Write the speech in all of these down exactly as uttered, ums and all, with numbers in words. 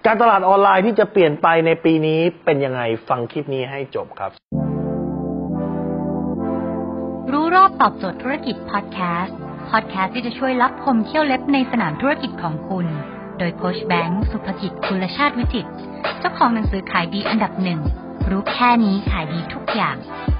การตลาดออนไลน์ที่จะเปลี่ยนไปในปีนี้เป็นยังไงฟังคลิปนี้ให้จบครับรู้รอบตอบโจทย์ธุรกิจพอดแคสต์พอดแคสต์ที่จะช่วยลับคมเขี้ยวเล็บในสนามธุรกิจของคุณโดยโค้ชแบงค์สุภกิจกุลชาติวิจิตรเจ้าของหนังสือขายดีอันดับหนึ่งรู้แค่นี้ขายดีทุกอย่าง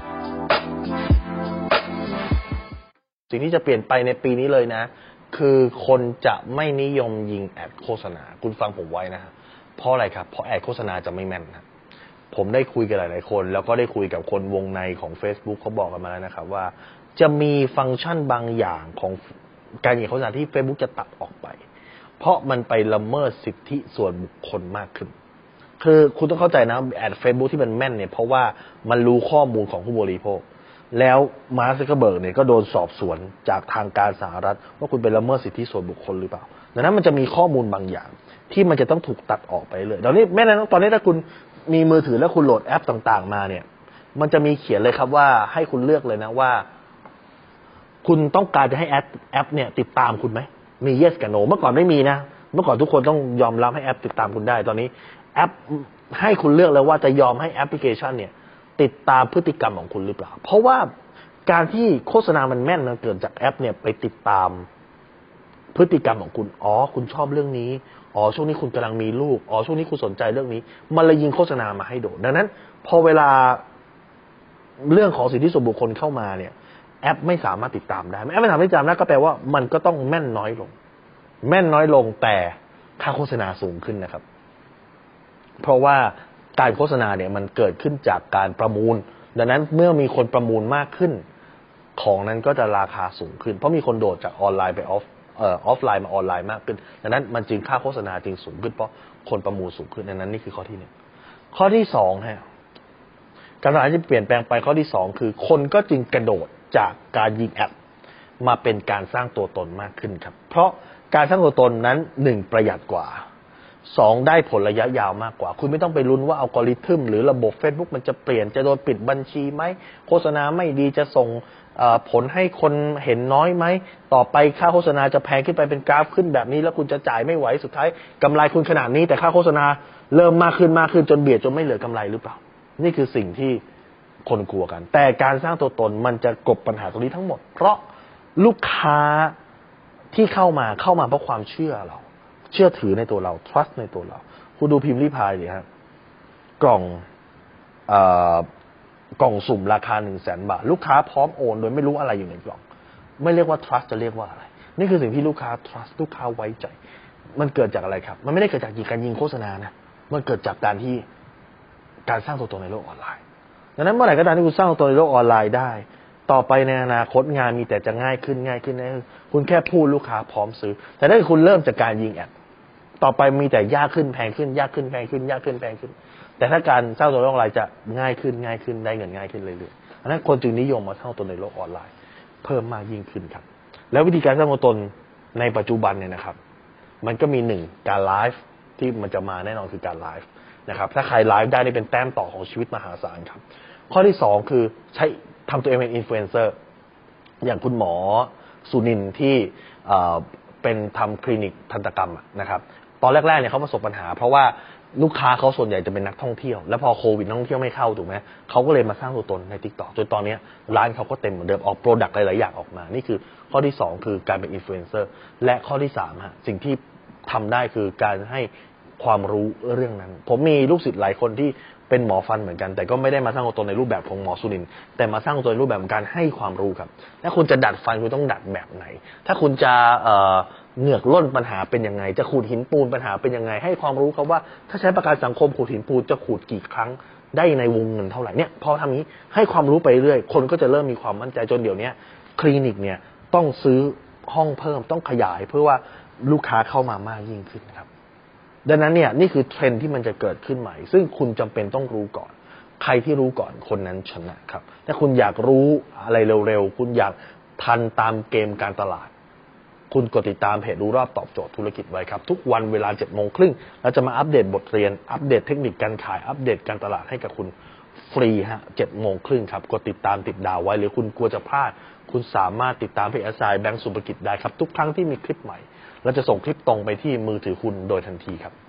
สิ่งที่จะเปลี่ยนไปในปีนี้เลยนะคือคนจะไม่นิยมยิงแอดโฆษณาคุณฟังผมไว้นะฮะเพราะอะไรครับเพราะแอดโฆษณาจะไม่แม่นนะผมได้คุยกับหลายๆคนแล้วก็ได้คุยกับคนวงในของ Facebook เขาบอกกันมาแล้วนะครับว่าจะมีฟังก์ชันบางอย่างของการยิงโฆษณาที่ Facebook จะตัดออกไปเพราะมันไปละเมิดสิทธิส่วนบุคคลมากขึ้นคือคุณต้องเข้าใจนะแอด Facebook ที่มันแม่นเนี่ยเพราะว่ามันรู้ข้อมูลของผู้บริโภคแล้วมาร์ค ซักเคอร์เบิร์กเนี่ยก็โดนสอบสวนจากทางการสหรัฐว่าคุณไปละเมิดสิทธิส่วนบุคคลหรือเปล่าดังนั้นมันจะมีข้อมูลบางอย่างที่มันจะต้องถูกตัดออกไปเลยตอนนี้แม้แต่ตอนนี้ถ้าคุณมีมือถือแล้วคุณโหลดแอปต่างๆมาเนี่ยมันจะมีเขียนเลยครับว่าให้คุณเลือกเลยนะว่าคุณต้องการจะให้แอปแอปเนี่ยติดตามคุณไหมมี yes กับ no เมื่อก่อนไม่มีนะเมื่อก่อนทุกคนต้องยอมรับให้แอปติดตามคุณได้ตอนนี้แอปให้คุณเลือกเลยว่าจะยอมให้แอปพลิเคชันเนี่ยติดตามพฤติกรรมของคุณหรือเปล่าเพราะว่าการที่โฆษณามันแม่นมันเกิดจากแอปเนี่ยไปติดตามพฤติกรรมของคุณอ๋อคุณชอบเรื่องนี้อ๋อช่วงนี้คุณกำลังมีลูกอ๋อช่วงนี้คุณสนใจเรื่องนี้มันเลยยิงโฆษณามาให้โดนดังนั้นพอเวลาเรื่องของสิทธิส่วนบุคคลเข้ามาเนี่ยแอปไม่สามารถติดตามได้แอปไม่สามารถติดตามได้ก็แปลว่ามันก็ต้องแม่นน้อยลงแม่นน้อยลงแต่ค่าโฆษณาสูงขึ้นนะครับเพราะว่าการโฆษณาเนี่ยมันเกิดขึ้นจากการประมูลดังนั้นเมื่อมีคนประมูลมากขึ้นของนั้นก็จะราคาสูงขึ้นเพราะมีคนโดดจากออนไลน์ไปออฟเอ่อออฟไลน์มาออนไลน์มากขึ้นดังนั้นมันจึงค่าโฆษณาจึงสูงขึ้นเพราะคนประมูลสูงขึ้นดังนั้นนี่คือข้อที่หนึ่งข้อที่สองฮะการตลาดที่เปลี่ยนแปลงไปข้อที่สองคือคนก็จึงกระโดดจากการยิงแอดมาเป็นการสร้างตัวตนมากขึ้นครับเพราะการสร้างตัวตนนั้นหนึ่งประหยัดกว่าสองได้ผลระยะยาวมากกว่าคุณไม่ต้องไปลุ้นว่าอัลกอริทึมหรือระบบ Facebook มันจะเปลี่ยนจะโดนปิดบัญชีไหมโฆษณาไม่ดีจะส่งผลให้คนเห็นน้อยไหมต่อไปค่าโฆษณาจะแพงขึ้นไปเป็นกราฟขึ้นแบบนี้แล้วคุณจะจ่ายไม่ไหวสุดท้ายกำไรคุณขนาดนี้แต่ค่าโฆษณาเริ่มมากขึ้นมากขึ้นจนเบียดจนไม่เหลือกำไรหรือเปล่านี่คือสิ่งที่คนกลัวกันแต่การสร้างตัวตนมันจะกลบปัญหาตรงนี้ทั้งหมดเพราะลูกค้าที่เข้ามาเข้ามาเพราะความเชื่อเราเชื่อถือในตัวเรา trust ในตัวเราคุณดูพิมพ์ริพายดิครับกล่องเอ่อกล่องสุ่มราคา หนึ่งแสน บาทลูกค้าพร้อมโอนโดยไม่รู้อะไรอยู่ในกล่องไม่เรียกว่า trust จะเรียกว่าอะไรนี่คือสิ่งที่ลูกค้า trust ลูกค้าไว้ใจมันเกิดจากอะไรครับมันไม่ได้เกิดจากการยิงโฆษณานะมันเกิดจากการที่การสร้างตัวตนในโลกออนไลน์ดังนั้นเมื่อไหร่ก็ตามที่คุณสร้างตัวตนในโลกออนไลน์ได้ต่อไปในอนาคตงานมีแต่จะง่ายขึ้นง่ายขึ้นนะคุณแค่พูดลูกค้าพร้อมซื้อแต่ถ้าคุณเริ่มจากการยิงแอดต่อไปมีแต่ยากขึ้นแพงขึ้นยากขึ้นแพงขึ้นยากขึ้นแพงขึ้นแต่ถ้าการสร้างตัวในโลกออนไลน์จะง่ายขึ้นง่ายขึ้นได้เงินง่ายขึ้นเรื่อยๆดังนั้นคนจึงนิยมมาสร้างตัวในโลกออนไลน์เพิ่มมากยิ่งขึ้นครับแล้ววิธีการสร้างตัวตนในปัจจุบันเนี่ยนะครับมันก็มีหนึ่งการไลฟ์ที่มันจะมาแน่นอนคือการไลฟ์นะครับถ้าใครไลฟ์ได้นี่เป็นแต้มต่อของชีวิตมหาศาลครับข้อที่สองคือใช้ทำตัวเองเป็นอินฟลูเอนเซอร์อย่างคุณหมอสุนินที่เป็นทำคลินิกทันตกรรมนะครับตอนแรกๆเนี่ยเขาประสบปัญหาเพราะว่าลูกค้าเขาส่วนใหญ่จะเป็นนักท่องเที่ยวแล้วพอโควิดนักท่องเที่ยวไม่เข้าถูกไหมเขาก็เลยมาสร้างตัวตนใน TikTok จนตอนนี้ร้านเขาก็เต็มเหมือนเดิมออกโปรดักต์หลายๆอย่างออกมานี่คือข้อที่สองคือการเป็นอินฟลูเอนเซอร์และข้อที่สามฮะสิ่งที่ทำได้คือการให้ความรู้เรื่องนั้นผมมีลูกศิษย์หลายคนที่เป็นหมอฟันเหมือนกันแต่ก็ไม่ได้มาสร้างตัวตนในรูปแบบของหมอสุนินทร์แต่มาสร้างตัวในรูปแบบของการให้ความรู้ครับถ้าคุณจะดัดฟันคุณต้องดัดแบบไหนถ้าคุณจะเอ่อเหงือกล่นปัญหาเป็นยังไงจะขูดหินปูนปัญหาเป็นยังไงให้ความรู้เขาว่าถ้าใช้ประกันสังคมขูดหินปูนจะขูดกี่ครั้งได้ในวงเงินเท่าไหร่เนี่ยพอทำนี้ให้ความรู้ไปเรื่อยคนก็จะเริ่มมีความมั่นใจจนเดี๋ยวนี้คลินิกเนี่ยต้องซื้อห้องเพิ่มต้องขยายเพื่อว่าลูกค้าเข้ามามากยิ่งขึ้นครับดังนั้นเนี่ยนี่คือเทรนด์ที่มันจะเกิดขึ้นใหม่ซึ่งคุณจำเป็นต้องรู้ก่อนใครที่รู้ก่อนคนนั้นชนะครับถ้าคุณอยากรู้อะไรเร็วๆคุณอยากทันตามเกมการตลาดคุณกดติดตามเพจรู้รอบตอบโจทย์ธุรกิจไว้ครับทุกวันเวลา เจ็ดโมงครึ่งเราจะมาอัปเดตบทเรียนอัปเดตเทคนิคการขายอัปเดตการตลาดให้กับคุณฟรีฮะ เจ็ดโมงครึ่งครับกดติดตามติดดาวไว้หรือคุณกลัวจะพลาดคุณสามารถติดตามเพจแอสไซน์แบงก์สุภกิจได้ครับทุกครั้งที่มีคลิปใหม่เราจะส่งคลิปตรงไปที่มือถือคุณโดยทันทีครับ